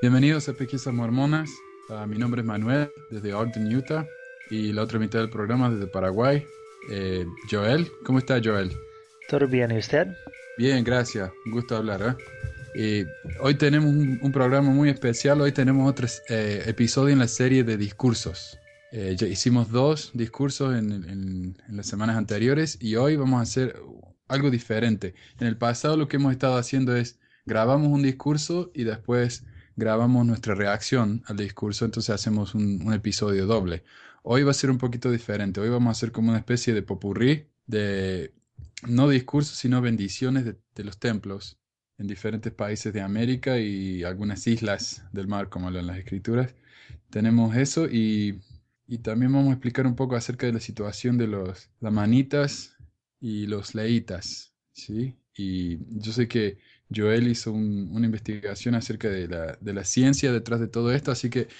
Bienvenidos a Pesquisas Mormonas. Mi nombre es Manuel, desde Ogden, Utah, y la otra mitad del programa desde Paraguay. Joel, ¿cómo está Joel? ¿Todo bien y usted? Bien, gracias. Un gusto hablar, ¿eh? Hoy tenemos un programa muy especial. Hoy tenemos otro episodio en la serie de discursos. Ya hicimos dos discursos en las semanas anteriores y hoy vamos a hacer algo diferente. En el pasado lo que hemos estado haciendo es grabamos un discurso y después grabamos nuestra reacción al discurso, entonces hacemos un episodio doble. Hoy va a ser un poquito diferente. Hoy vamos a hacer como una especie de popurrí de no discursos, sino bendiciones de los templos en diferentes países de América y algunas islas del mar, como lo en las escrituras. Tenemos eso y también vamos a explicar un poco acerca de la situación de los lamanitas y los leítas, ¿sí? Y yo sé que Joel hizo una investigación acerca de la ciencia detrás de todo esto, así que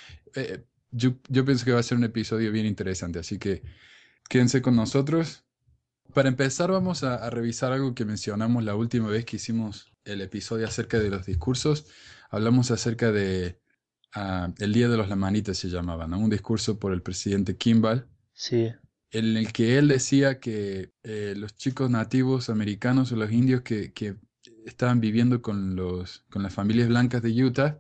yo pienso que va a ser un episodio bien interesante, así que quédense con nosotros. Para empezar, vamos a revisar algo que mencionamos la última vez que hicimos el episodio acerca de los discursos. Hablamos acerca de el Día de los Lamanitas se llamaba, ¿no? Un discurso por el presidente Kimball, Sí, en el que él decía que los chicos nativos americanos o los indios que estaban viviendo con las familias blancas de Utah,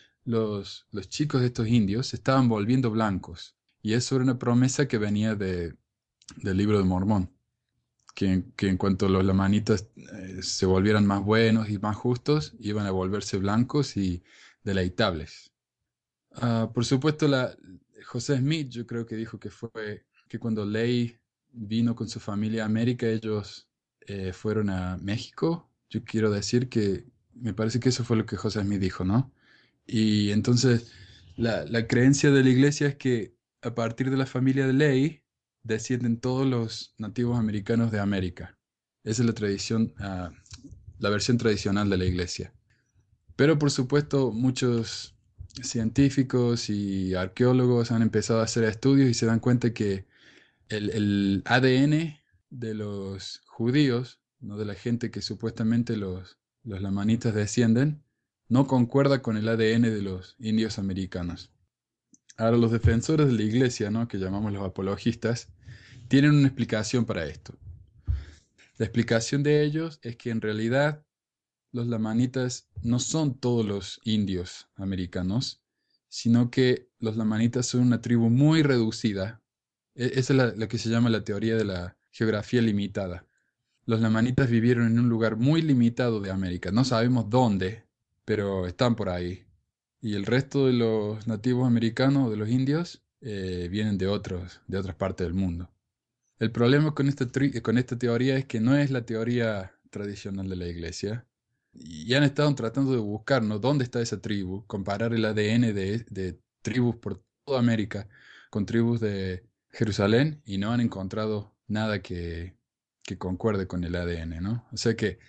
los chicos de estos indios se estaban volviendo blancos. Y eso era una promesa que venía del libro de Mormón que en cuanto los lamanitas se volvieran más buenos y más justos, iban a volverse blancos y deleitables. Por supuesto, José Smith, yo creo que dijo que fue que cuando Ley vino con su familia a América, ellos fueron a México. Yo quiero decir que me parece que eso fue lo que José Smith dijo, ¿no? Y entonces la creencia de la iglesia es que a partir de la familia de Ley descienden todos los nativos americanos de América. Esa es la tradición, la versión tradicional de la iglesia. Pero por supuesto, muchos científicos y arqueólogos han empezado a hacer estudios y se dan cuenta que el ADN de los judíos, no de la gente que supuestamente los lamanitas descienden, no concuerda con el ADN de los indios americanos. Ahora, los defensores de la iglesia, ¿no? Que llamamos los apologistas, tienen una explicación para esto. La explicación de ellos es que en realidad los lamanitas no son todos los indios americanos, sino que los lamanitas son una tribu muy reducida. Esa es lo que se llama la teoría de la geografía limitada. Los lamanitas vivieron en un lugar muy limitado de América. No sabemos dónde, pero están por ahí. Y el resto de los nativos americanos, de los indios, vienen de otras partes del mundo. El problema con esta teoría es que no es la teoría tradicional de la iglesia. Y han estado tratando de buscar, ¿no? ¿Dónde está esa tribu? Comparar el ADN de tribus por toda América con tribus de Jerusalén y no han encontrado nada que concuerde con el ADN, ¿no? O sea que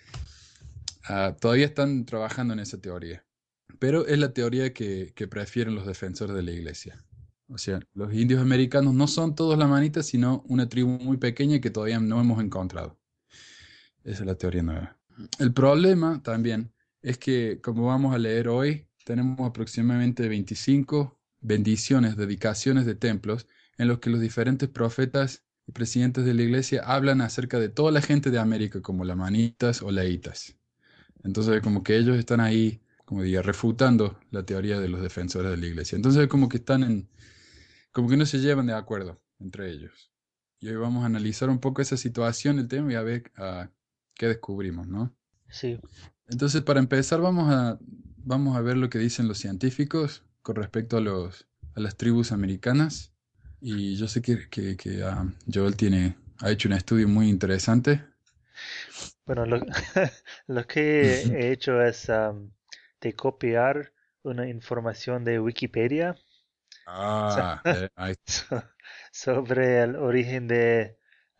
todavía están trabajando en esa teoría. Pero es la teoría que prefieren los defensores de la iglesia. O sea, los indios americanos no son todos lamanitas, sino una tribu muy pequeña que todavía no hemos encontrado. Esa es la teoría nueva. El problema también es que, como vamos a leer hoy, tenemos aproximadamente 25 bendiciones, dedicaciones de templos en los que los diferentes profetas y presidentes de la iglesia hablan acerca de toda la gente de América como lamanitas o leítas. Entonces, como que ellos están ahí, como diría, refutando la teoría de los defensores de la iglesia. Entonces, como que como que no se llevan de acuerdo entre ellos. Y hoy vamos a analizar un poco esa situación, el tema, y a ver qué descubrimos, ¿no? sí. Entonces, para empezar, vamos a ver lo que dicen los científicos con respecto a las tribus americanas. Y yo sé que Joel ha hecho un estudio muy interesante. Bueno, lo que he hecho es de copiar una información de Wikipedia so- Ahí so- sobre el origen de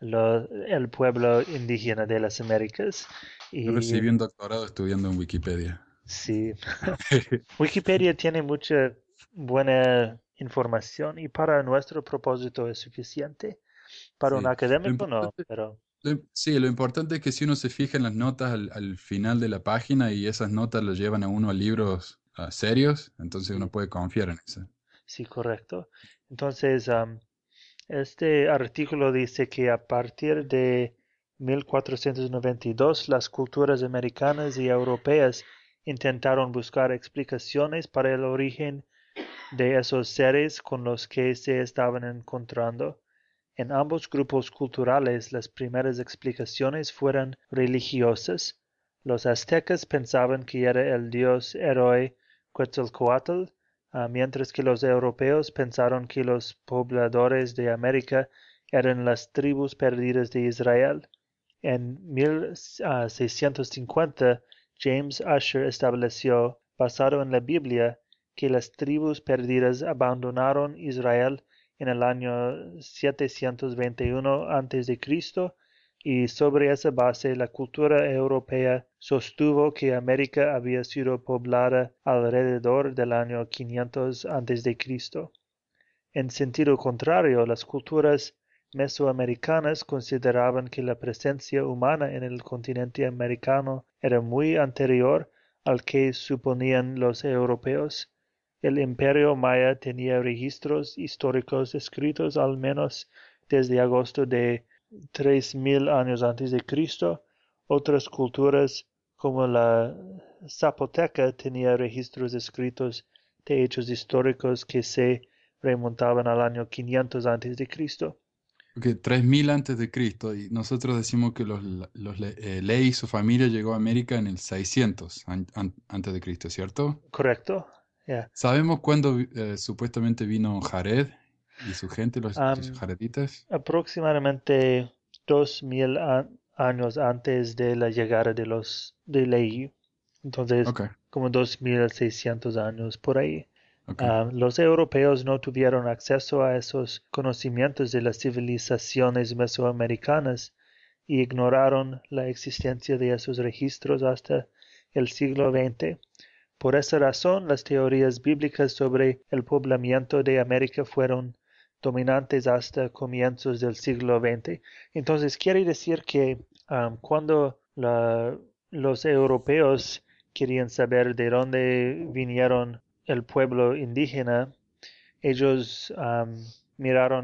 el pueblo indígena de las Américas. yo Y recibí un doctorado estudiando en Wikipedia. sí, Wikipedia tiene mucha buena información y para nuestro propósito es suficiente. Para un Sí. Lo académico no, importante, pero sí, lo importante es que si uno se fija en las notas al final de la página y esas notas lo llevan a uno a libros serios, entonces uno Sí, puede confiar en eso. sí, correcto. Entonces, este artículo dice que a partir de 1492 las culturas americanas y europeas intentaron buscar explicaciones para el origen de esos seres con los que se estaban encontrando. En ambos grupos culturales las primeras explicaciones fueron religiosas. Los aztecas pensaban que era el dios héroe Quetzalcoatl, mientras que los europeos pensaron que los pobladores de América eran las tribus perdidas de Israel. En 1650, James Ussher estableció, basado en la Biblia, que las tribus perdidas abandonaron Israel en el año 721 a.C. y sobre esa base la cultura europea sostuvo que América había sido poblada alrededor del año 500 a.C. En sentido contrario, las culturas mesoamericanas consideraban que la presencia humana en el continente americano era muy anterior al que suponían los europeos. El Imperio Maya tenía registros históricos escritos al menos desde agosto de 3000 años antes de Cristo. Otras culturas, como la zapoteca, tenía registros escritos de hechos históricos que se remontaban al año 500 antes de Cristo. Porque 3000 antes de Cristo, y nosotros decimos que Ley y su familia llegó a América en el 600 antes de Cristo, ¿cierto? ¿Correcto? Yeah. ¿Sabemos cuándo supuestamente vino Jared y su gente, los Am, jareditas? aproximadamente 2000 años antes de la llegada de los de Lehi. Entonces, Ok, como 2600 años por ahí. ok. Los europeos no tuvieron acceso a esos conocimientos de las civilizaciones mesoamericanas y ignoraron la existencia de esos registros hasta el siglo XX. Por esa razón, las teorías bíblicas sobre el poblamiento de América fueron dominantes hasta comienzos del siglo XX. Entonces, quiere decir que cuando los europeos querían saber de dónde vinieron el pueblo indígena, ellos miraron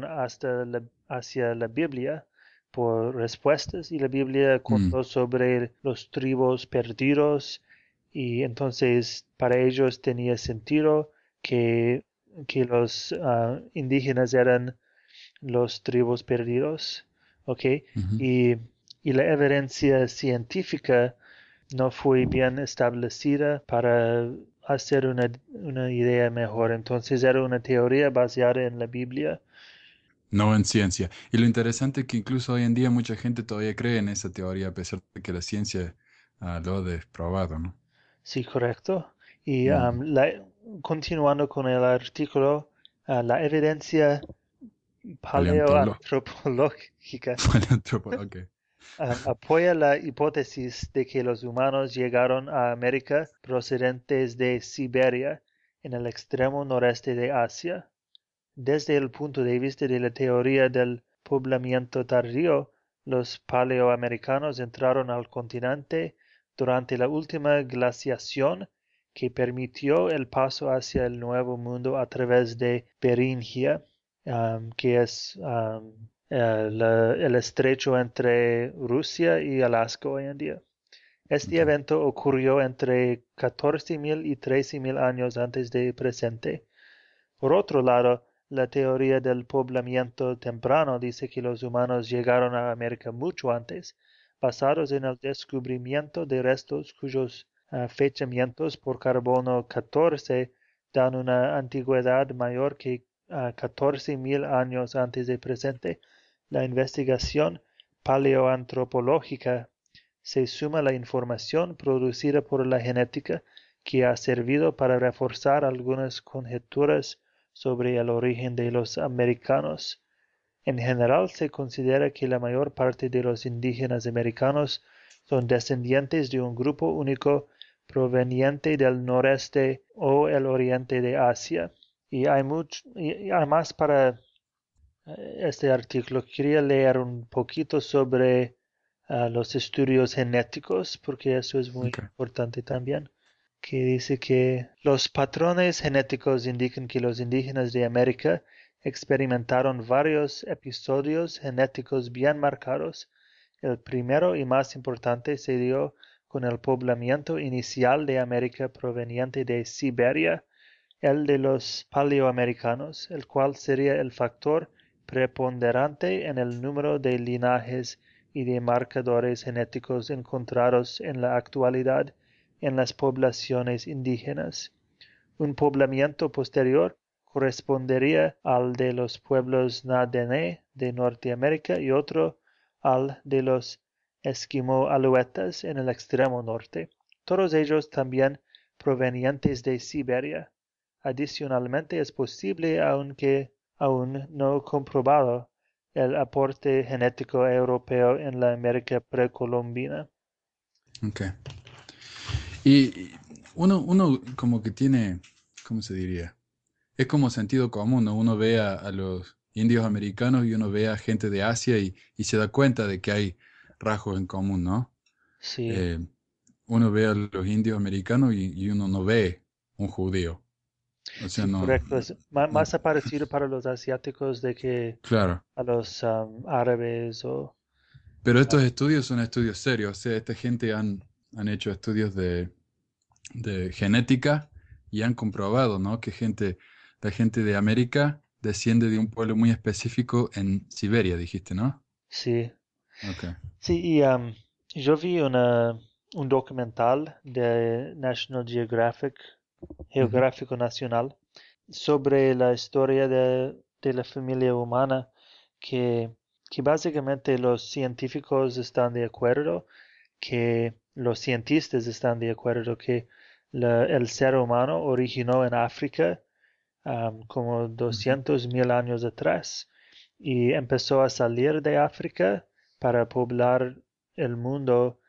hacia la Biblia por respuestas y la Biblia Mm, contó sobre los tribus perdidos y entonces para ellos tenía sentido que, que los indígenas eran los tribus perdidos, ¿ok? ujú. Y, y la evidencia científica no fue bien establecida para hacer una idea mejor. Entonces era una teoría basada en la Biblia. No en ciencia. Y lo interesante es que incluso hoy en día mucha gente todavía cree en esa teoría, a pesar de que la ciencia lo ha desprobado, ¿no? Sí, correcto. Y Mm. continuando con el artículo, la evidencia Paleontológico. paleoantropológica Ok. apoya la hipótesis de que los humanos llegaron a América procedentes de Siberia, en el extremo noreste de Asia. Desde el punto de vista de la teoría del poblamiento tardío, los paleoamericanos entraron al continente durante la última glaciación que permitió el paso hacia el Nuevo Mundo a través de Beringia, que es el estrecho entre Rusia y Alaska hoy en día. Este Ok. evento ocurrió entre 14.000 y 13.000 años antes de presente. Por otro lado, la teoría del poblamiento temprano dice que los humanos llegaron a América mucho antes, basados en el descubrimiento de restos cuyos fechamientos por carbono 14 dan una antigüedad mayor que 14.000 años antes de presente. La investigación paleoantropológica se suma a la información producida por la genética que ha servido para reforzar algunas conjeturas sobre el origen de los americanos. En general se considera que la mayor parte de los indígenas americanos son descendientes de un grupo único proveniente del noreste o el oriente de Asia. Y además para este artículo quería leer un poquito sobre los estudios genéticos porque eso es muy Ok. importante también. que dice que los patrones genéticos indican que los indígenas de América experimentaron varios episodios genéticos bien marcados. El primero y más importante se dio con el poblamiento inicial de América proveniente de Siberia, el de los paleoamericanos, el cual sería el factor preponderante en el número de linajes y de marcadores genéticos encontrados en la actualidad en las poblaciones indígenas. Un poblamiento posterior correspondería al de los pueblos Na-Dene de Norteamérica y otro al de los esquimó-aluetas en el extremo norte, todos ellos también provenientes de Siberia. Adicionalmente, es posible, aunque aún no comprobado, el aporte genético europeo en la América precolombina. Ok. Y uno como que tiene, ¿cómo se diría? Es como sentido común, ¿no? Uno ve a los indios americanos y uno ve a gente de Asia y se da cuenta de que hay rasgos en común, ¿no? Sí, Eh, Uno ve a los indios americanos y uno no ve un judío. O sea, sí, no, correcto. Es no, más parecido para los asiáticos de que claro. a los árabes o... Pero ah, estos estudios son estudios serios. O sea, esta gente han hecho estudios de genética y han comprobado, ¿no? Que la gente de América desciende de un pueblo muy específico en Siberia, dijiste, ¿no? sí, Ok. sí, y yo vi un documental de National Geographic, Ujú. Geográfico Nacional, sobre la historia de la familia humana, que, que básicamente los científicos están de acuerdo, que los cientistas están de acuerdo que el ser humano originó en África como Ujú. 200.000 años atrás y empezó a salir de África para poblar el mundo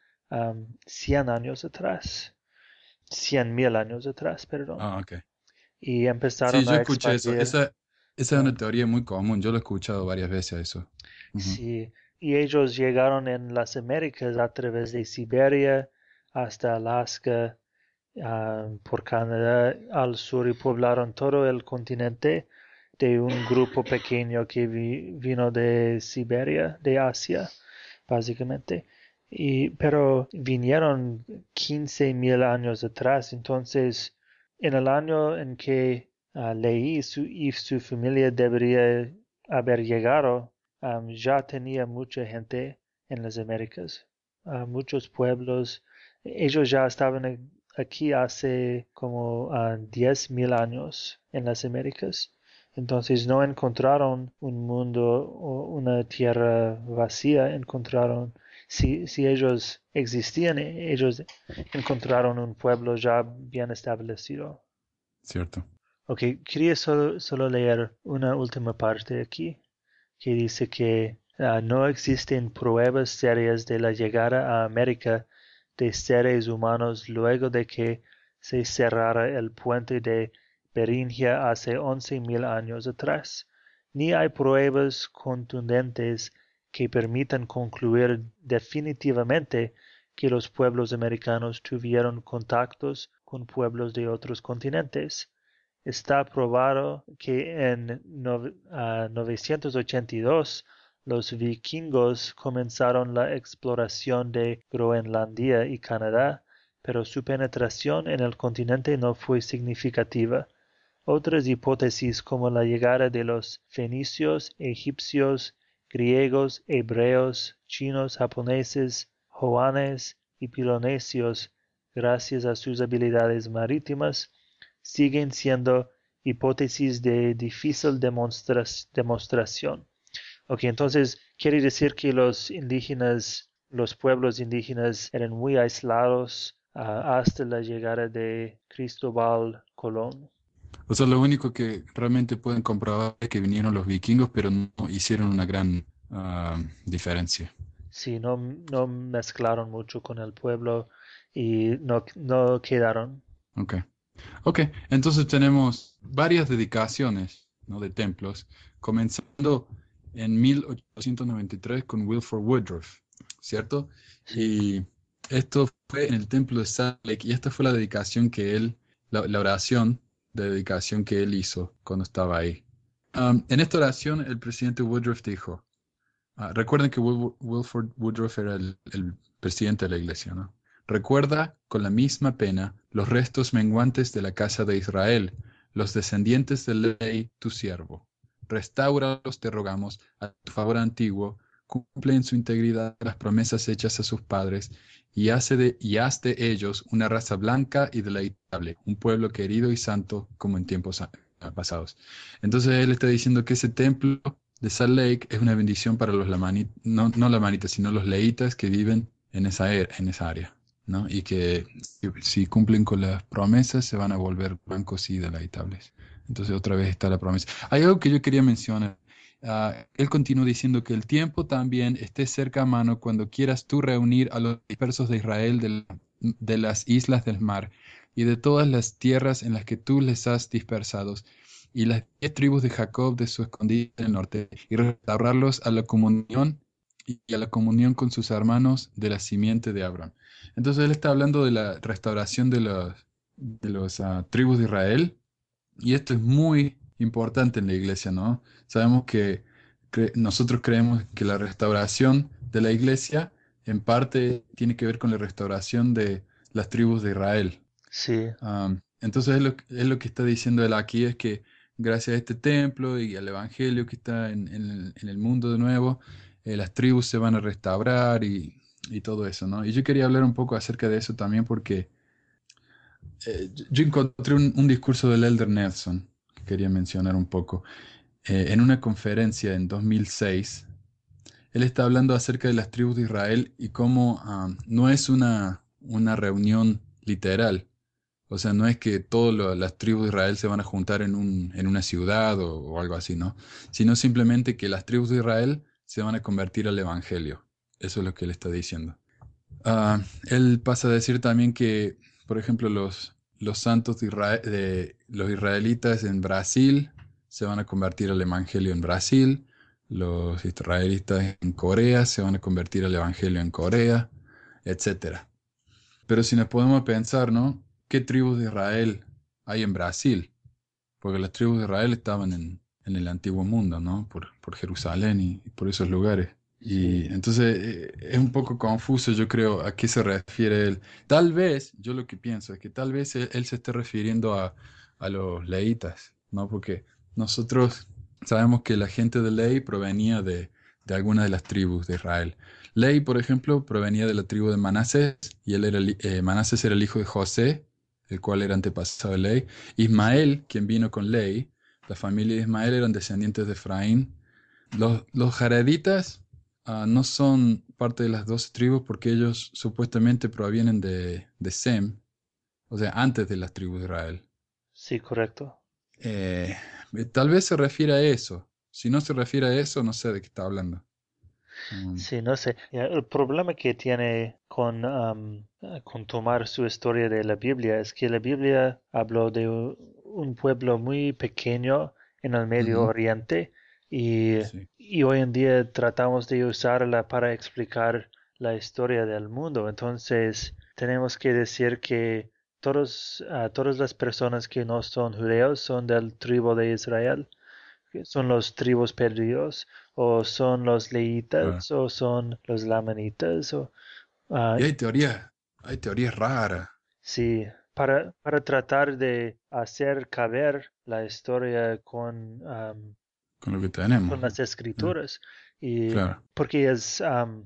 100 años atrás, 100.000 años atrás, perdón, Ah, ok. y Sí, empezaron yo a escuché eso. expandir. Esa es Ya. una teoría muy común. Yo lo he escuchado varias veces eso. Ujú. Sí, y ellos llegaron en las Américas a través de Siberia hasta Alaska, por Canadá al sur y poblaron todo el continente de un grupo pequeño que vino de Siberia, de Asia, básicamente. Pero vinieron 15.000 años atrás, entonces en el año en que Leí y su familia debería haber llegado, ya tenía mucha gente en las Américas, muchos pueblos. Ellos ya estaban aquí hace como 10.000 años en las Américas. Entonces no encontraron un mundo o una tierra vacía, encontraron, si ellos existían, ellos encontraron un pueblo ya bien establecido. Cierto. Ok, quería solo leer una última parte aquí, que dice que no existen pruebas serias de la llegada a América de seres humanos luego de que se cerrara el puente de Beringia hace 11.000 años atrás, ni hay pruebas contundentes que permitan concluir definitivamente que los pueblos americanos tuvieron contactos con pueblos de otros continentes. Está probado que en 982 los vikingos comenzaron la exploración de Groenlandia y Canadá, pero su penetración en el continente no fue significativa. Otras hipótesis como la llegada de los fenicios, egipcios, griegos, hebreos, chinos, japoneses, joanes y pilonesios, gracias a sus habilidades marítimas, siguen siendo hipótesis de difícil demostración. Ok, entonces quiere decir que los indígenas, los pueblos indígenas eran muy aislados hasta la llegada de Cristóbal Colón. O sea, lo único que realmente pueden comprobar es que vinieron los vikingos, pero no hicieron una gran diferencia. Sí, no mezclaron mucho con el pueblo y no quedaron. Ok. Ok, entonces tenemos varias dedicaciones, ¿no? De templos, comenzando en 1893 con Wilford Woodruff, ¿cierto? Sí, Y esto fue en el templo de Salt Lake y esta fue la dedicación que él, la oración de dedicación que él hizo cuando estaba ahí. En esta oración, el presidente Woodruff dijo, recuerden que Wilford Woodruff era el presidente de la iglesia, ¿no? Recuerda con la misma pena los restos menguantes de la casa de Israel, los descendientes de Ley, tu siervo. Restáuralos, te rogamos, a tu favor antiguo, cumple en su integridad las promesas hechas a sus padres, y haz de ellos una raza blanca y deleitable, un pueblo querido y santo como en tiempos pasados. Entonces él está diciendo que ese templo de Salt Lake es una bendición para los lamanitas, no lamanitas, sino los leítas que viven en esa área, ¿no? Y que si cumplen con las promesas se van a volver blancos y deleitables. Entonces otra vez está la promesa. Hay algo que yo quería mencionar. Él continúa diciendo que el tiempo también esté cerca a mano cuando quieras tú reunir a los dispersos de Israel de las islas del mar y de todas las tierras en las que tú les has dispersados y las 10 tribus de Jacob de su escondite en el norte, y restaurarlos a la comunión y a la comunión con sus hermanos de la simiente de Abraham. Entonces él está hablando de la restauración de los tribus de Israel, y esto es muy importante en la iglesia, ¿no? Sabemos que nosotros creemos que la restauración de la iglesia en parte tiene que ver con la restauración de las tribus de Israel. Sí, Entonces es lo que está diciendo él aquí, es que gracias a este templo y al evangelio que está en el mundo de nuevo, las tribus se van a restaurar y todo eso, ¿no? Y yo quería hablar un poco acerca de eso también porque yo encontré un discurso del Elder Nelson que quería mencionar un poco. En una conferencia en 2006, él está hablando acerca de las tribus de Israel y cómo no es una reunión literal. O sea, no es que todas las tribus de Israel se van a juntar en una ciudad o algo así, ¿no? Sino simplemente que las tribus de Israel se van a convertir al Evangelio. Eso es lo que él está diciendo. Él pasa a decir también que, por ejemplo, los santos de los israelitas en Brasil se van a convertir al Evangelio en Brasil. Los israelitas en Corea se van a convertir al Evangelio en Corea, etcétera. Pero si nos podemos pensar, ¿no? ¿Qué tribus de Israel hay en Brasil? Porque las tribus de Israel estaban en el antiguo mundo, ¿no? Por Jerusalén y por esos lugares. sí, Y entonces es un poco confuso, yo creo, a qué se refiere él. Tal vez, yo lo que pienso es que tal vez él se esté refiriendo a los leítas, ¿no? Porque nosotros sabemos que la gente de Ley provenía de alguna de las tribus de Israel. Ley, por ejemplo, provenía de la tribu de Manasés, y Manasés era el hijo de José, el cual era antepasado de Ley. Ismael, quien vino con Ley, la familia de Ismael eran descendientes de Efraín. Los jareditas no son parte de las 12 tribus porque ellos supuestamente provienen de Sem, o sea, antes de las tribus de Israel. sí, correcto. Eh, Tal vez se refiere a eso. Si no se refiere a eso, no sé de qué está hablando. Um, Sí, no sé. Ya, el problema que tiene con tomar su historia de la Biblia es que la Biblia habló de un pueblo muy pequeño en el Medio Ujú, Oriente y, sí, y hoy en día tratamos de usarla para explicar la historia del mundo. Entonces, tenemos que decir que todas las personas que no son judeos son del tribu de Israel, que son los tribus perdidos, o son los claro. leítas, o son los lamanitas, ah, Y hay teorías raras sí, para tratar de hacer caber la historia con lo que tenemos. con las Eh, escrituras. Y Claro. porque es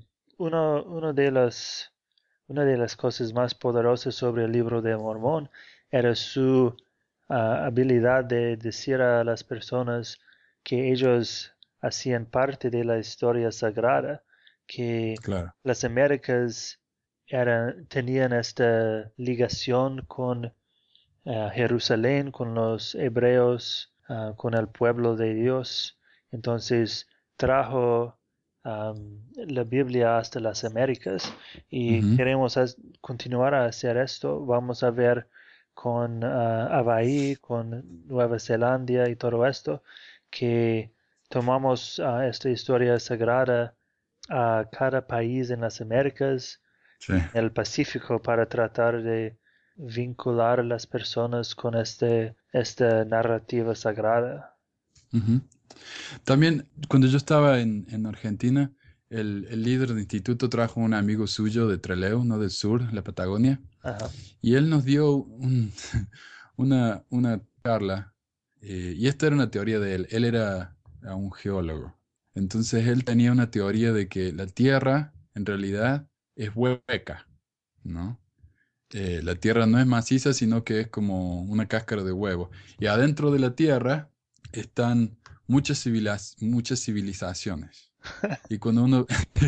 una de las cosas más poderosas sobre el libro de Mormón era su habilidad de decir a las personas que ellos hacían parte de la historia sagrada, que Claro. las Américas tenían esta ligación con Jerusalén, con los hebreos, con el pueblo de Dios. Entonces trajo la Biblia hasta las Américas y Ujú, queremos continuar a hacer esto. Vamos a ver con Hawái, con Nueva Zelanda y todo esto, que tomamos esta historia sagrada a cada país en las Américas Sí. el Pacífico para tratar de vincular a las personas con esta narrativa sagrada. Ujú. También cuando yo estaba en Argentina, el líder del instituto trajo un amigo suyo de Trelew, no del sur, la Patagonia, Ajá. y él nos dio una charla, y esta era una teoría de él. Él era un geólogo. Entonces él tenía una teoría de que la Tierra en realidad es hueca, ¿no? La Tierra no es maciza, sino que es como una cáscara de huevo. Y adentro de la Tierra están muchas civilizaciones. Y cuando uno,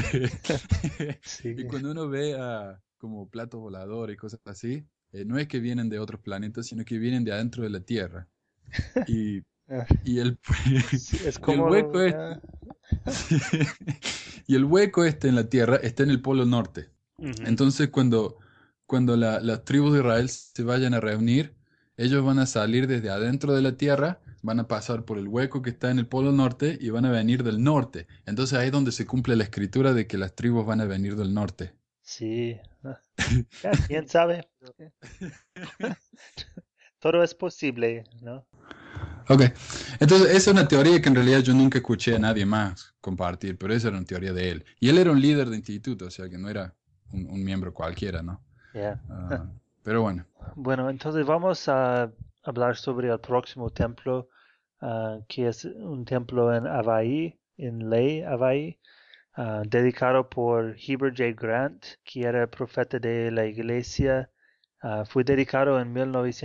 y Sí. cuando uno ve a como platos voladores y cosas así, no es que vienen de otros planetas, sino que vienen de adentro de la Tierra. Y, Ah, y el, sí, es y el hueco como, este, y el hueco este en la Tierra está en el Polo Norte. ujú, Entonces, cuando las tribus de Israel se vayan a reunir, ellos van a salir desde adentro de la tierra, van a pasar por el hueco que está en el Polo Norte y van a venir del norte. Entonces ahí es donde se cumple la escritura de que las tribus van a venir del norte. sí. ¿Quién sabe? Todo es posible, ¿no? Ok, entonces esa es una teoría que en realidad yo nunca escuché a nadie más compartir, pero esa era una teoría de él. Y él era un líder de instituto, o sea que no era un miembro cualquiera, ¿no? Ya. Ah, pero bueno. Bueno, entonces vamos a hablar sobre el próximo templo, que es un templo en Hawaii, en Ley, Hawaii, dedicado por Heber J. Grant, que era profeta de la iglesia. Fue dedicado en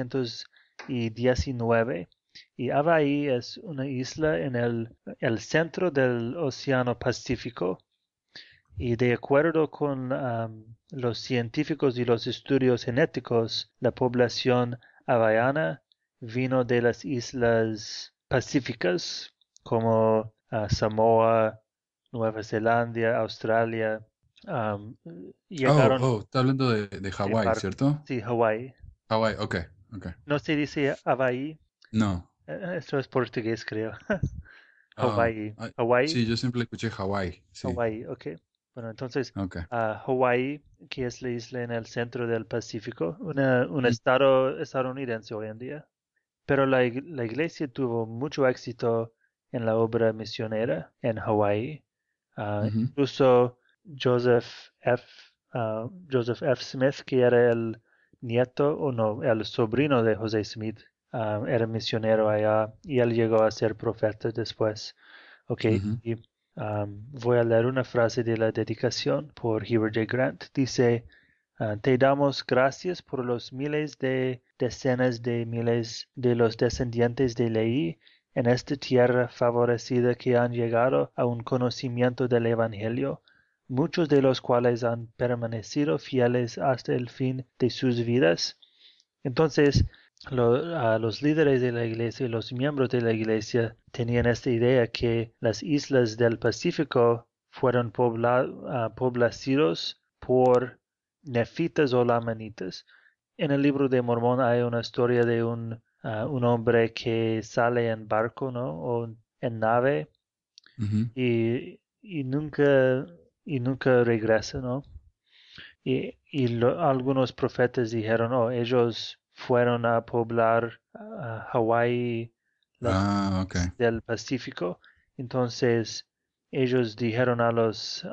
1919 y Hawaii es una isla en el centro del Océano Pacífico. Y de acuerdo con los científicos y los estudios genéticos, la población hawaiana vino de las islas pacíficas como Samoa, Nueva Zelanda, Australia. am, Llegaron Está hablando de en Hawái, barco. ¿cierto? Sí, Hawái. Hawái, ok, ok. No se dice Hawái, No. esto es portugués, creo. Ah, Hawái. ay, Hawái. sí, yo siempre escuché Hawái, sí. Hawái, ok. Bueno, entonces, Ok. Hawái, que es la isla en el centro del Pacífico, un Mm, estado estadounidense hoy en día. Pero la iglesia tuvo mucho éxito en la obra misionera en Hawái. ujú, Incluso Joseph F. Smith, que era el nieto, o no, el sobrino de José Smith, era misionero allá y él llegó a ser profeta después. Ok, ujú. y voy a leer una frase de la dedicación por Heber J. Grant. Dice, te damos gracias por los miles de decenas de miles de los descendientes de Leí en esta tierra favorecida que han llegado a un conocimiento del Evangelio, muchos de los cuales han permanecido fieles hasta el fin de sus vidas. Entonces, los líderes de la iglesia y los miembros de la iglesia tenían esta idea que las islas del Pacífico fueron poblacidos por nefitas o lamanitas. En el libro de Mormón hay una historia de un hombre que sale en barco, ¿no? O en nave Ujú. y nunca regresa, ¿no? Algunos profetas dijeron, oh, ellos fueron a poblar Hawái, las Ah, ok. del Pacífico. Entonces ellos dijeron a los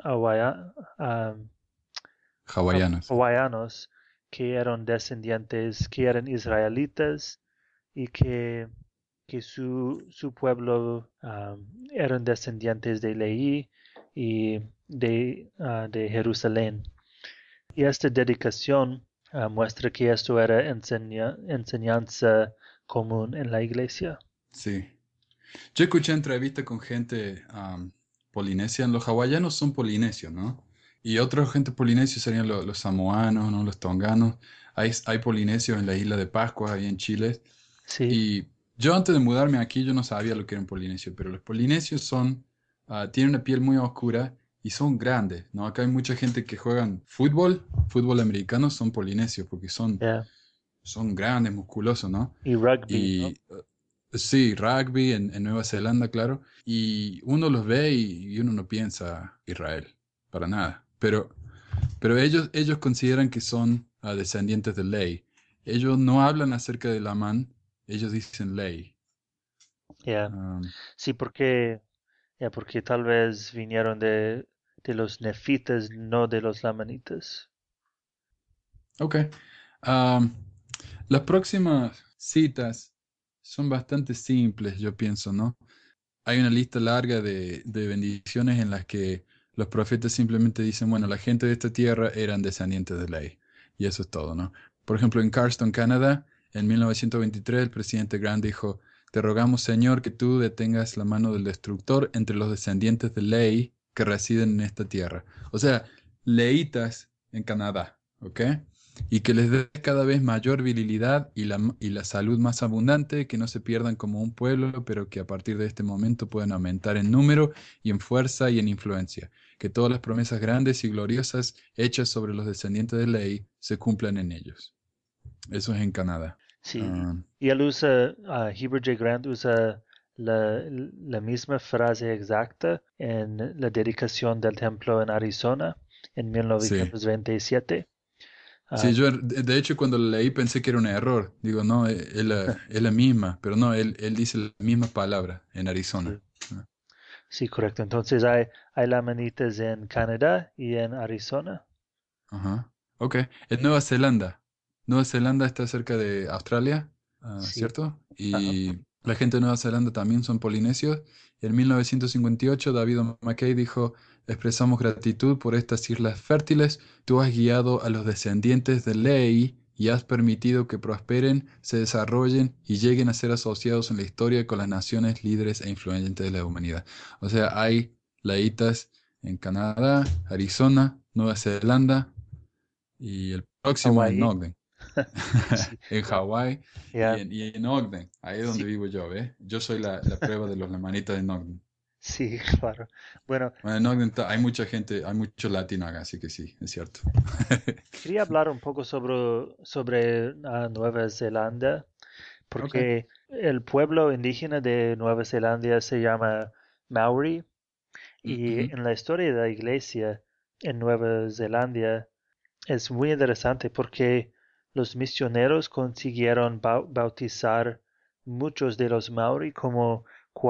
Hawaianos. hawaianos que eran descendientes, que eran israelitas y que su pueblo eran descendientes de Leí y de Jerusalén. Y esta dedicación muestra que esto era enseñanza común en la iglesia. Sí. Yo escuché entrevistas con gente polinesia. Los hawaianos son polinesios, ¿no? Y otra gente polinesia serían los samoanos, ¿no? Los tonganos. Hay polinesios en la isla de Pascua, ahí en Chile. Sí, Y yo antes de mudarme aquí, yo no sabía lo que era un polinesio, pero los polinesios tienen una piel muy oscura y son grandes, ¿no? Acá hay mucha gente que juegan fútbol americano, son polinesios, porque yeah. son grandes, musculosos, ¿no? Y rugby, ¿no? Y sí, rugby en Nueva Zelanda, claro. Y uno los ve y uno no piensa Israel, para nada. Pero Pero ellos consideran que son descendientes de Ley. Ellos no hablan acerca de Lamán, ellos dicen Ley. Ya, Um, sí, porque tal vez vinieron de los nefitas, no de los lamanitas. ok. Um, las próximas citas son bastante simples, yo pienso, ¿no? Hay una lista larga de bendiciones en las que los profetas simplemente dicen, bueno, la gente de esta tierra eran descendientes de Ley. Y eso es todo, ¿no? Por ejemplo, en Carson, Canadá, en 1923, el presidente Grant dijo, te rogamos, Señor, que tú detengas la mano del destructor entre los descendientes de Ley que residen en esta tierra. O sea, leitas en Canadá, ¿ok? Y que les dé cada vez mayor virilidad y la salud más abundante, que no se pierdan como un pueblo, pero que a partir de este momento puedan aumentar en número y en fuerza y en influencia. Que todas las promesas grandes y gloriosas hechas sobre los descendientes de Ley se cumplan en ellos. Eso es en Canadá. Sí, Ah, y él usa, Heber J. Grant usa la misma frase exacta en la dedicación del templo en Arizona en sí. 1927. Sí, Ah, yo de hecho cuando lo leí pensé que era un error. Digo, no, es la misma, pero no, él dice la misma palabra en Arizona. sí, Ah, sí, correcto. Entonces hay lamanitas en Canadá y en Arizona. ajá. Ok. En Nueva Zelanda. Nueva Zelanda está cerca de Australia, Sí, ¿cierto? ajá. Y la gente de Nueva Zelanda también son polinesios. En 1958, David McKay dijo, expresamos gratitud por estas islas fértiles. Tú has guiado a los descendientes de Ley y has permitido que prosperen, se desarrollen y lleguen a ser asociados en la historia con las naciones líderes e influyentes de la humanidad. O sea, hay laitas en Canadá, Arizona, Nueva Zelanda y el próximo es en Hawái. Ogden, Sí, en Hawái y ya, en Ogden, ahí es donde sí, vivo yo, ¿ves? Yo soy la prueba de los lamanitas de Ogden. sí, claro. Bueno, Bueno, en Ogden hay mucha gente, hay mucho latino acá, así que sí, es cierto. quería hablar un poco sobre Nueva Zelanda, Ok. porque el pueblo indígena de Nueva Zelanda se llama Maori y Ujú, en la historia de la iglesia en Nueva Zelanda es muy interesante porque los misioneros consiguieron bautizar muchos de los Maori como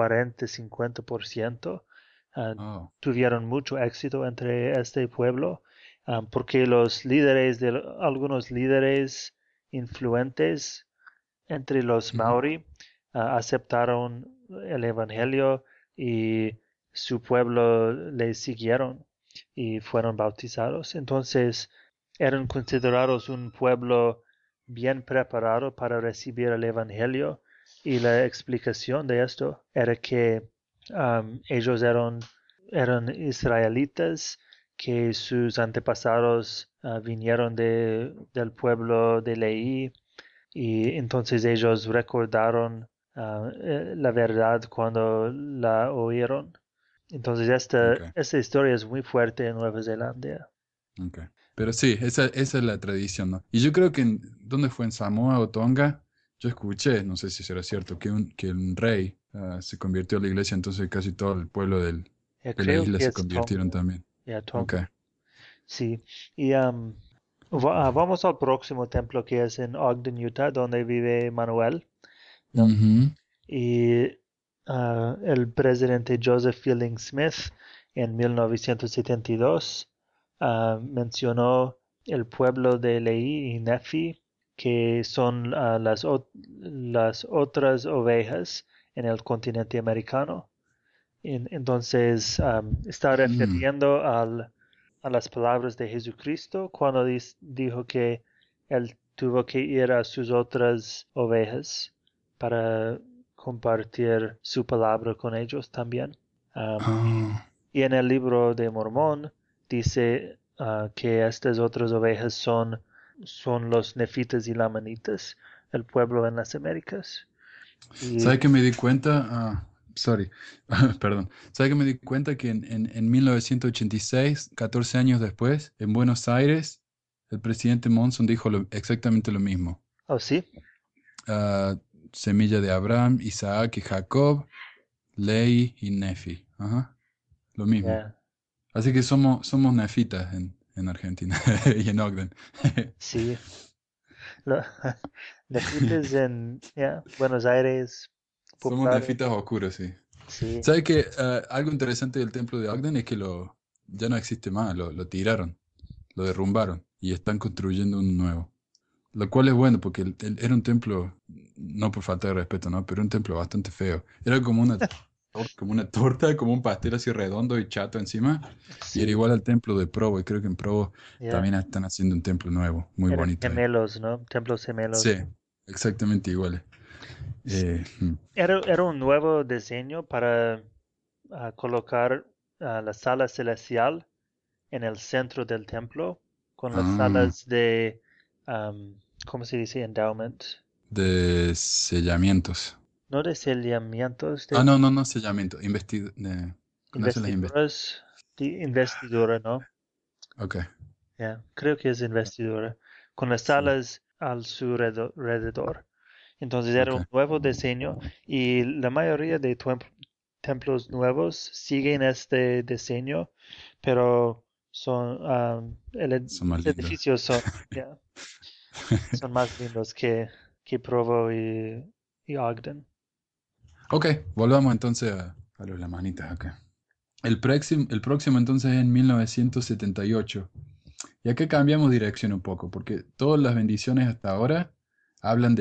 40-50%. ah, oh, Tuvieron mucho éxito entre este pueblo porque los líderes algunos líderes influentes entre los ujú, Maori aceptaron el evangelio y su pueblo le siguieron y fueron bautizados. Entonces eran considerados un pueblo bien preparado para recibir el evangelio y la explicación de esto era que ellos eran israelitas que sus antepasados vinieron del pueblo de Leí y entonces ellos recordaron la verdad cuando la oyeron. Entonces ok, esta historia es muy fuerte en Nueva Zelanda. ok. Pero sí, esa es la tradición, ¿no? Y yo creo que, ¿dónde fue? En Samoa o Tonga, yo escuché, no sé si será cierto, que un rey se convirtió a la iglesia, entonces casi todo el pueblo de la Creo isla que se es convirtieron Tonga. también. Ya, Ok. Tonga. Sí. Y vamos al próximo templo que es en Ogden, Utah, donde vive Manuel, ¿no? Ujú. Y el presidente Joseph Fielding Smith en 1972 mencionó el pueblo de Lehi y Nefi, que son las otras ovejas en el continente americano. Entonces, está Mm, refiriendo a las palabras de Jesucristo cuando dijo que él tuvo que ir a sus otras ovejas para compartir su palabra con ellos también. Am, ah, y en el libro de Mormón dice que estas otras ovejas son los nefitas y lamanitas, el pueblo en las Américas. Y, ¿Sabe que me di cuenta? Sorry, perdón. ¿Sabe que me di cuenta que en 1986, 14 años después, en Buenos Aires, el presidente Monson dijo exactamente lo mismo? oh sí, Ah, semilla de Abraham, Isaac y Jacob, Ley y Nefi. Ajá, lo mismo. ya, Así que somos nefitas en en Argentina y en Ogden. Sí, lo- nefites en Buenos Aires, Somos populares, nefitas oscuros, sí. sí. ¿Sabes qué? Algo interesante del templo de Ogden es que ya no existe más, lo tiraron, lo derrumbaron y están construyendo un nuevo. Lo cual es bueno porque era un templo, no por falta de respeto, ¿no? Pero un templo bastante feo. Era como una torta, como un pastel así redondo y chato encima. Y era Sí, igual al templo de Provo. Y creo que en Provo ya. también están haciendo un templo nuevo, muy Eran bonito ahí. gemelos, ¿no? Templos gemelos. Sí, exactamente iguales. Sí, Mm. era un nuevo diseño para colocar la sala celestial en el centro del templo, con las Ah, salas de, ¿cómo se dice? Endowment. de sellamientos. No de sellamientos, Ah, de no, no, no sellamiento. Con eso las investiduras, de investidura, ¿no? Ok, Ya, creo que es investidura, con las sí, salas al su alrededor. Entonces era un ok. nuevo diseño y la mayoría de templos nuevos siguen este diseño, pero son, Son más lindos. edificios son, ya, son más lindos que Provo y Ogden. Ok, volvamos entonces a los lamanitas acá. El próximo entonces es en 1978. Y acá cambiamos dirección un poco, porque todas las bendiciones hasta ahora hablan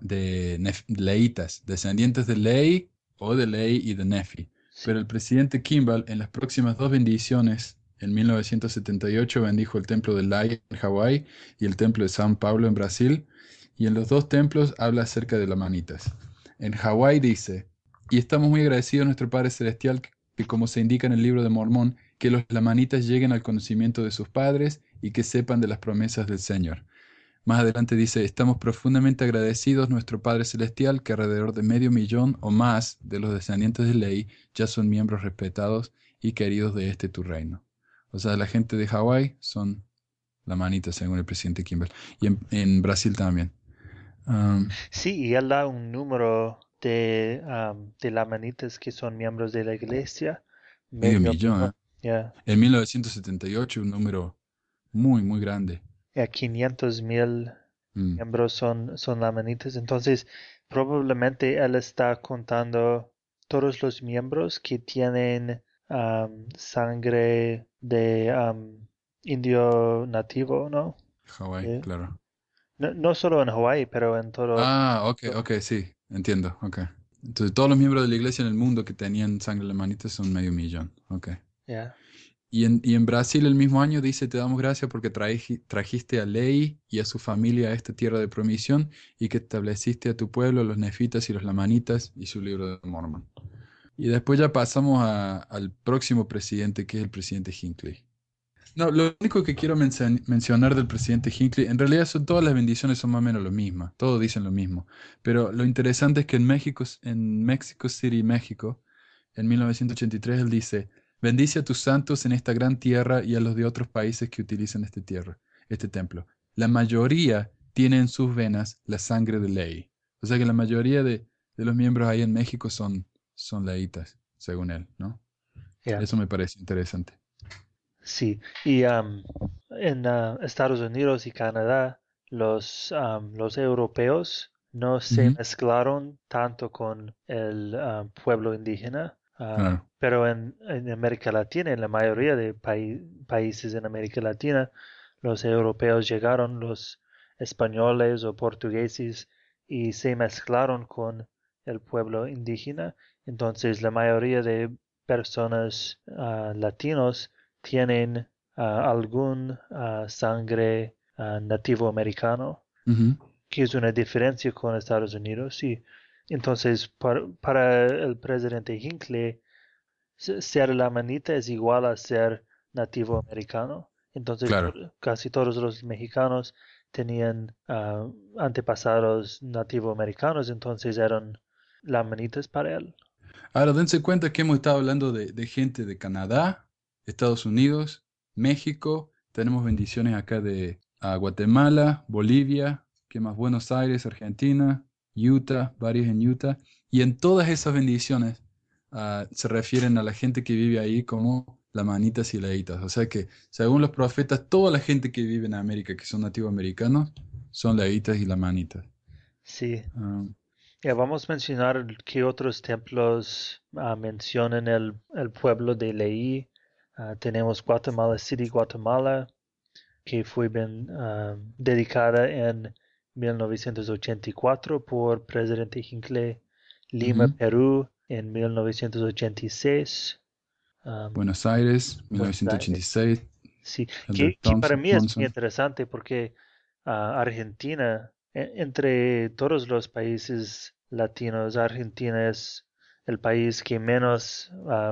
de leitas, descendientes de Ley o de Ley y de Nefi. Pero Sí, el presidente Kimball en las próximas dos bendiciones, en 1978, bendijo el templo de Ley en Hawái y el templo de San Pablo en Brasil. Y en los dos templos habla acerca de lamanitas. En Hawái dice, y estamos muy agradecidos a nuestro Padre Celestial que como se indica en el libro de Mormón, que los lamanitas lleguen al conocimiento de sus padres y que sepan de las promesas del Señor. Más adelante dice, estamos profundamente agradecidos nuestro Padre Celestial que alrededor de 500,000 o más de los descendientes de Ley ya son miembros respetados y queridos de este tu reino. O sea, la gente de Hawái son lamanitas según el presidente Kimball. Y en Brasil también. sí, y él da un número de lamanitas que son miembros de la iglesia, Medio medio millón, millón, ¿eh? ya, En 1978 un número muy, muy grande. 500,000 Mm. miembros son lamanitas. Entonces, probablemente él está contando todos los miembros que tienen sangre de indio nativo, ¿no? Hawái, Eh, claro. no, no solo en Hawái, pero en todo. Ah, ok, ok, sí, entiendo, ok. Entonces, todos los miembros de la iglesia en el mundo que tenían sangre en la manita son 500,000, ok. Ya, Y en Brasil el mismo año dice, te damos gracias porque trajiste a Ley y a su familia a esta tierra de promisión y que estableciste a tu pueblo, los nefitas y los lamanitas y su libro de Mormon. Y después ya pasamos al próximo presidente, que es el presidente Hinckley. No, lo único que quiero mencionar del presidente Hinckley, en realidad todas las bendiciones son más o menos lo mismo, todos dicen lo mismo, pero lo interesante es que en Mexico City, México, en 1983 él dice, bendice a tus santos en esta gran tierra y a los de otros países que utilizan este templo. La mayoría tiene en sus venas la sangre de ley. O sea que la mayoría de los miembros ahí en México son leitas, según él, ¿no? ya. Eso me parece interesante. Sí, y en Estados Unidos y Canadá, los europeos no se Ujú, mezclaron tanto con el pueblo indígena, claro. pero en América Latina, en la mayoría de países en América Latina, los europeos llegaron, los españoles o portugueses, y se mezclaron con el pueblo indígena. Entonces, la mayoría de personas latinos tienen algún sangre nativo americano, Ujú. que es una diferencia con Estados Unidos. Y entonces, para el presidente Hinckley, ser lamanita es igual a ser nativo americano. Entonces, Claro. casi todos los mexicanos tenían antepasados nativo americanos, entonces eran lamanitas para él. Ahora, dense cuenta que hemos estado hablando de gente de Canadá, Estados Unidos, México, tenemos bendiciones acá de Guatemala, Bolivia, ¿qué más? Buenos Aires, Argentina, Utah, varios en Utah, y en todas esas bendiciones se refieren a la gente que vive ahí como lamanitas y leítas. O sea que, según los profetas, toda la gente que vive en América, que son nativos americanos, son leítas y lamanitas. Sí. Ah, Ya vamos a mencionar qué otros templos mencionan el pueblo de Leí. Tenemos Guatemala City, Guatemala, que fue dedicada en 1984 por presidente Hinckley. Lima, ujú. Perú, en 1986. um, Buenos Aires, Buenos 1986, Aires. Sí, Elder que para Thompson, mí es muy Monson. interesante porque Argentina, entre todos los países latinos, Argentina es el país que menos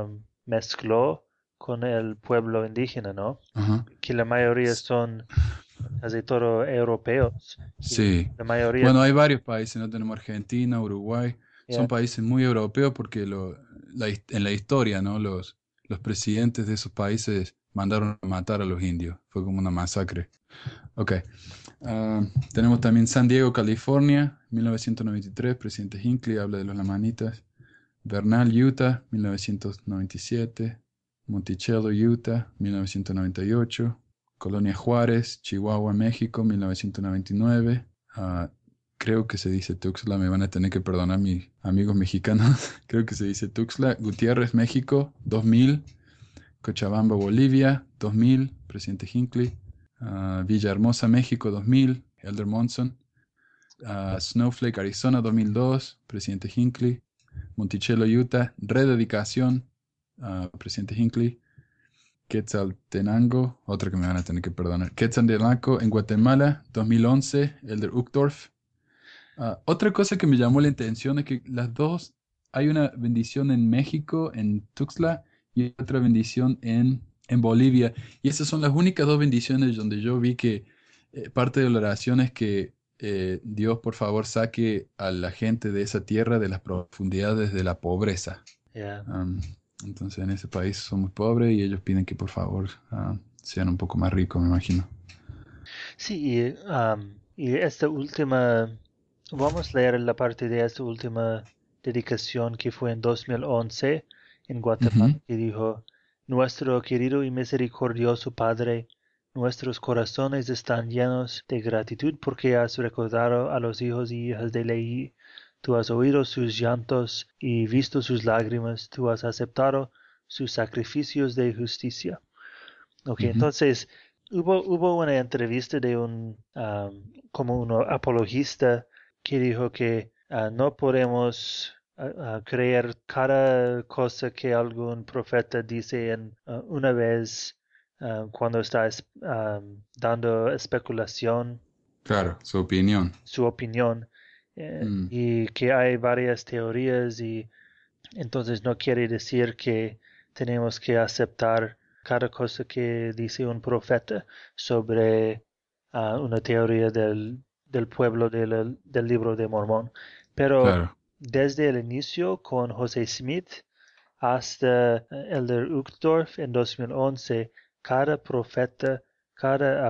mezcló con el pueblo indígena, ¿no? Ajá. Que la mayoría S- son casi todo europeos y Sí. la mayoría, Bueno, hay varios países, ¿no? Tenemos Argentina, Uruguay. Son ya, países muy europeos porque en la historia, ¿no? Los presidentes de esos países mandaron a matar a los indios. Fue como una masacre. Ok. Ah, tenemos también San Diego, California, 1993. Presidente Hinckley habla de los lamanitas. Bernal, Utah, 1997. Monticello, Utah, 1998. Colonia Juárez, Chihuahua, México, 1999. Ah, creo que se dice Tuxtla, me van a tener que perdonar mis amigos mexicanos. Creo que se dice Tuxtla. Gutiérrez, México, 2000. Cochabamba, Bolivia, 2000. Presidente Hinckley. Villahermosa, México, 2000. Elder Monson. Snowflake, Arizona, 2002. Presidente Hinckley. Monticello, Utah, rededicación, presidente Hinckley. Quetzaltenango, otra que me van a tener que perdonar. Quetzaltenango en Guatemala, 2011, Elder Uchtdorf. Otra cosa que me llamó la atención es que las dos, hay una bendición en México, en Tuxtla, y otra bendición en Bolivia. Y esas son las únicas dos bendiciones donde yo vi que parte de la oración es que Dios, por favor, saque a la gente de esa tierra de las profundidades de la pobreza. ya. Am, entonces en ese país son muy pobres y ellos piden que por favor sean un poco más ricos, me imagino. Sí, y esta última, vamos a leer la parte de esta última dedicación que fue en 2011 en Guatemala, Ujú, que dijo, Nuestro querido y misericordioso Padre, nuestros corazones están llenos de gratitud porque has recordado a los hijos y hijas de Leí. Tú has oído sus llantos y visto sus lágrimas, tú has aceptado sus sacrificios de justicia. Ok, ujú. entonces hubo una entrevista de como un apologista que dijo que no podemos creer cada cosa que algún profeta dice en una vez cuando está dando especulación, Claro, su opinión. su opinión, Mm, y que hay varias teorías y entonces no quiere decir que tenemos que aceptar cada cosa que dice un profeta sobre una teoría del pueblo del libro de Mormón. Pero claro. desde el inicio con José Smith hasta Elder Uchtdorf en 2011, cada profeta, cada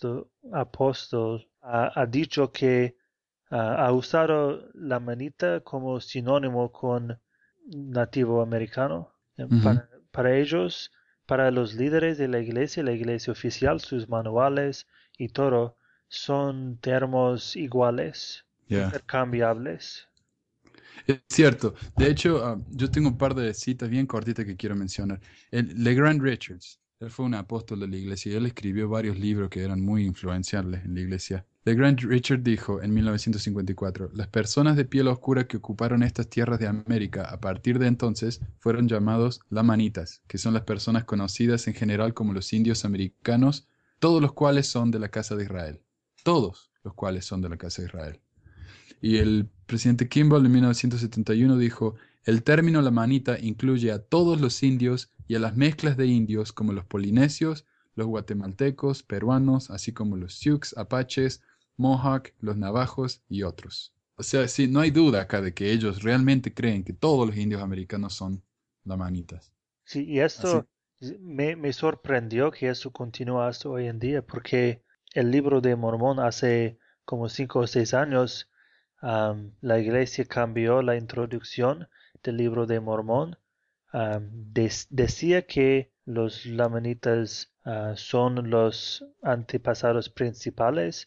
apóstol ha dicho que ha usado la manita como sinónimo con nativo americano. Ujú, Para ellos, para los líderes de la iglesia oficial, sus manuales y todo son termos iguales, ya. intercambiables. Es cierto. De hecho, yo tengo un par de citas bien cortitas que quiero mencionar. LeGrand Richards, él fue un apóstol de la iglesia y él escribió varios libros que eran muy influenciables en la iglesia. LeGrand Richards dijo en 1954, las personas de piel oscura que ocuparon estas tierras de América a partir de entonces fueron llamados lamanitas, que son las personas conocidas en general como los indios americanos, todos los cuales son de la casa de Israel. Todos los cuales son de la casa de Israel. Y el presidente Kimball en 1971 dijo, el término la manita incluye a todos los indios y a las mezclas de indios como los polinesios, los guatemaltecos, peruanos, así como los Sioux, apaches, Mohawk, los navajos y otros. O sea, sí, no hay duda acá de que ellos realmente creen que todos los indios americanos son lamanitas. Sí, y Así, esto me sorprendió que eso continúa hasta hoy en día, porque el libro de Mormón hace como 5 o 6 años, la iglesia cambió la introducción del libro de Mormón. Decía que los lamanitas son los antepasados principales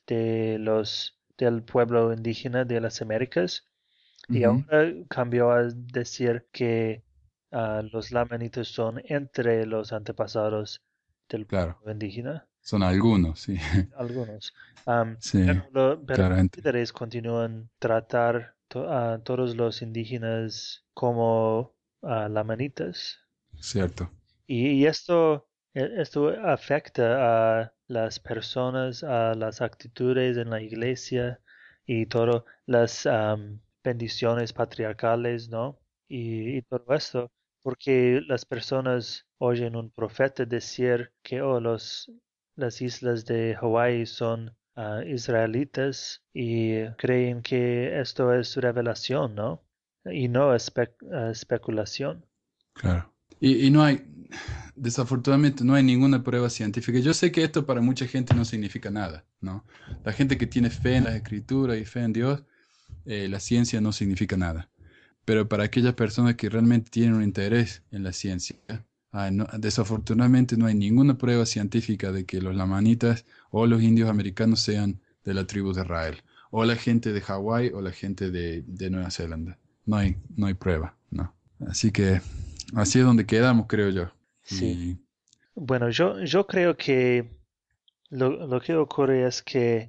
del pueblo indígena de las Américas. Y Ujú, ahora cambió a decir que los lamanitas son entre los antepasados del claro, pueblo indígena, son algunos, sí. algunos. Sí, Pero los claramente, líderes continúan tratar a todos los indígenas como lamanitas. cierto. Y esto afecta a las personas, a las actitudes en la iglesia y todo, las bendiciones patriarcales, ¿no? Y todo esto, porque las personas oyen un profeta decir que las islas de Hawái son israelitas y creen que esto es revelación, ¿no? Y no especulación. Claro. Y no hay, desafortunadamente, no hay ninguna prueba científica. Yo sé que esto para mucha gente no significa nada, ¿no? La gente que tiene fe en las escrituras y fe en Dios, la ciencia no significa nada. Pero para aquellas personas que realmente tienen un interés en la ciencia, desafortunadamente no hay ninguna prueba científica de que los lamanitas o los indios americanos sean de la tribu de Israel, o la gente de Hawái o la gente de Nueva Zelanda. No hay prueba, ¿no? Así que así es donde quedamos, creo yo. Sí. Y Bueno, yo creo que lo que ocurre es que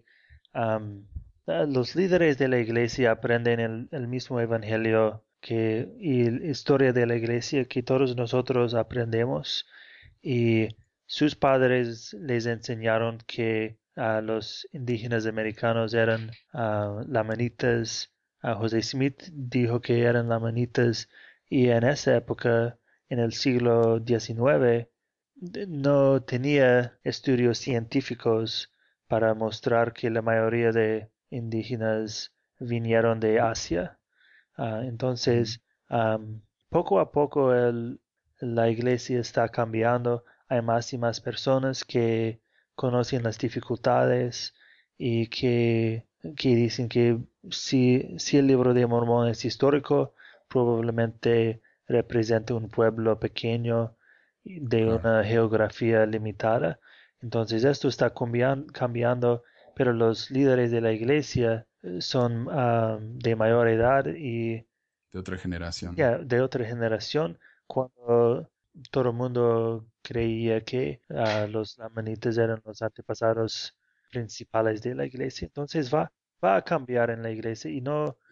los líderes de la iglesia aprenden el mismo evangelio y la historia de la iglesia que todos nosotros aprendemos y sus padres les enseñaron que los indígenas americanos eran lamanitas. José Smith dijo que eran lamanitas y en esa época, en el siglo XIX, no tenía estudios científicos para mostrar que la mayoría de indígenas vinieron de Asia. mm, Entonces, poco a poco la iglesia está cambiando. Hay más y más personas que conocen las dificultades y que dicen que si el libro de Mormón es histórico, probablemente representa un pueblo pequeño de claro, una geografía limitada. Entonces, esto está cambiando, pero los líderes de la iglesia son de mayor edad y de otra generación. ya de otra generación, cuando todo el mundo creía que los lamanitas eran los antepasados principales de la iglesia. Entonces va a cambiar en la iglesia y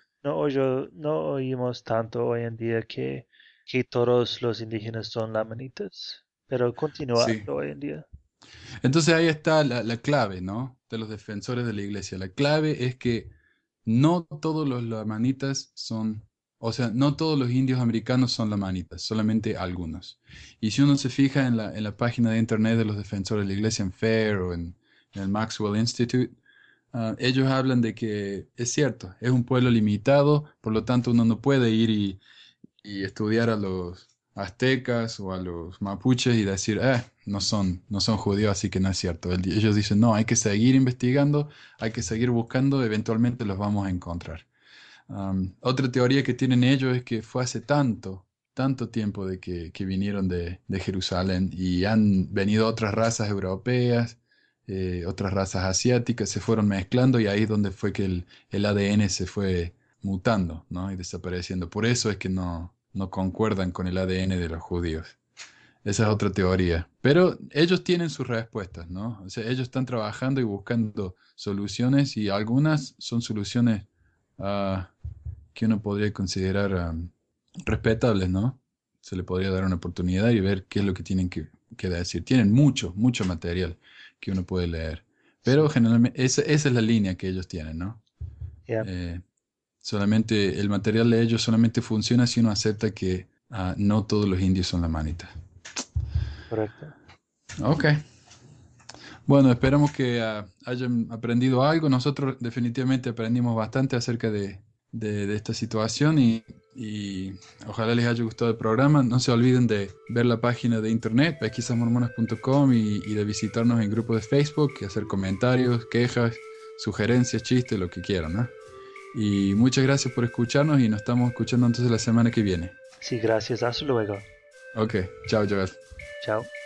no oímos tanto hoy en día que todos los indígenas son lamanitas, pero continúa Sí. hoy en día. Entonces ahí está la clave, ¿no? De los defensores de la iglesia. La clave es que no todos los lamanitas son, o sea, no todos los indios americanos son lamanitas, solamente algunos. Y si uno se fija en la página de internet de los defensores de la iglesia en FAIR o en el Maxwell Institute, ellos hablan de que es cierto, es un pueblo limitado, por lo tanto uno no puede ir y estudiar a los aztecas o a los mapuches y decir, no son judíos, así que no es cierto. Ellos dicen, no, hay que seguir investigando, hay que seguir buscando, eventualmente los vamos a encontrar. Otra teoría que tienen ellos es que fue hace tanto tiempo de que vinieron de Jerusalén y han venido otras razas europeas, otras razas asiáticas, se fueron mezclando y ahí es donde fue que el ADN se fue mutando, ¿no? Y desapareciendo. Por eso es que no concuerdan con el ADN de los judíos. Esa es otra teoría. Pero ellos tienen sus respuestas, ¿no? O sea, ellos están trabajando y buscando soluciones y algunas son soluciones ah, que uno podría considerar respetables, ¿no? Se le podría dar una oportunidad y ver qué es lo que tienen que decir. Tienen mucho material que uno puede leer. Sí, Pero generalmente esa es la línea que ellos tienen, ¿no? ya, Eh, solamente el material de ellos solamente funciona si uno acepta que no todos los indios son la manita. correcto. Ok. Bueno, esperamos que hayan aprendido algo. Nosotros definitivamente aprendimos bastante acerca de esta situación y ojalá les haya gustado el programa. No se olviden de ver la página de internet, pesquisasmormonas.com y de visitarnos en grupos de Facebook y hacer comentarios, quejas, sugerencias, chistes, lo que quieran, ¿no? Y muchas gracias por escucharnos y nos estamos escuchando entonces la semana que viene. Sí, gracias. Hasta luego. Ok, chao, Joel. Chao.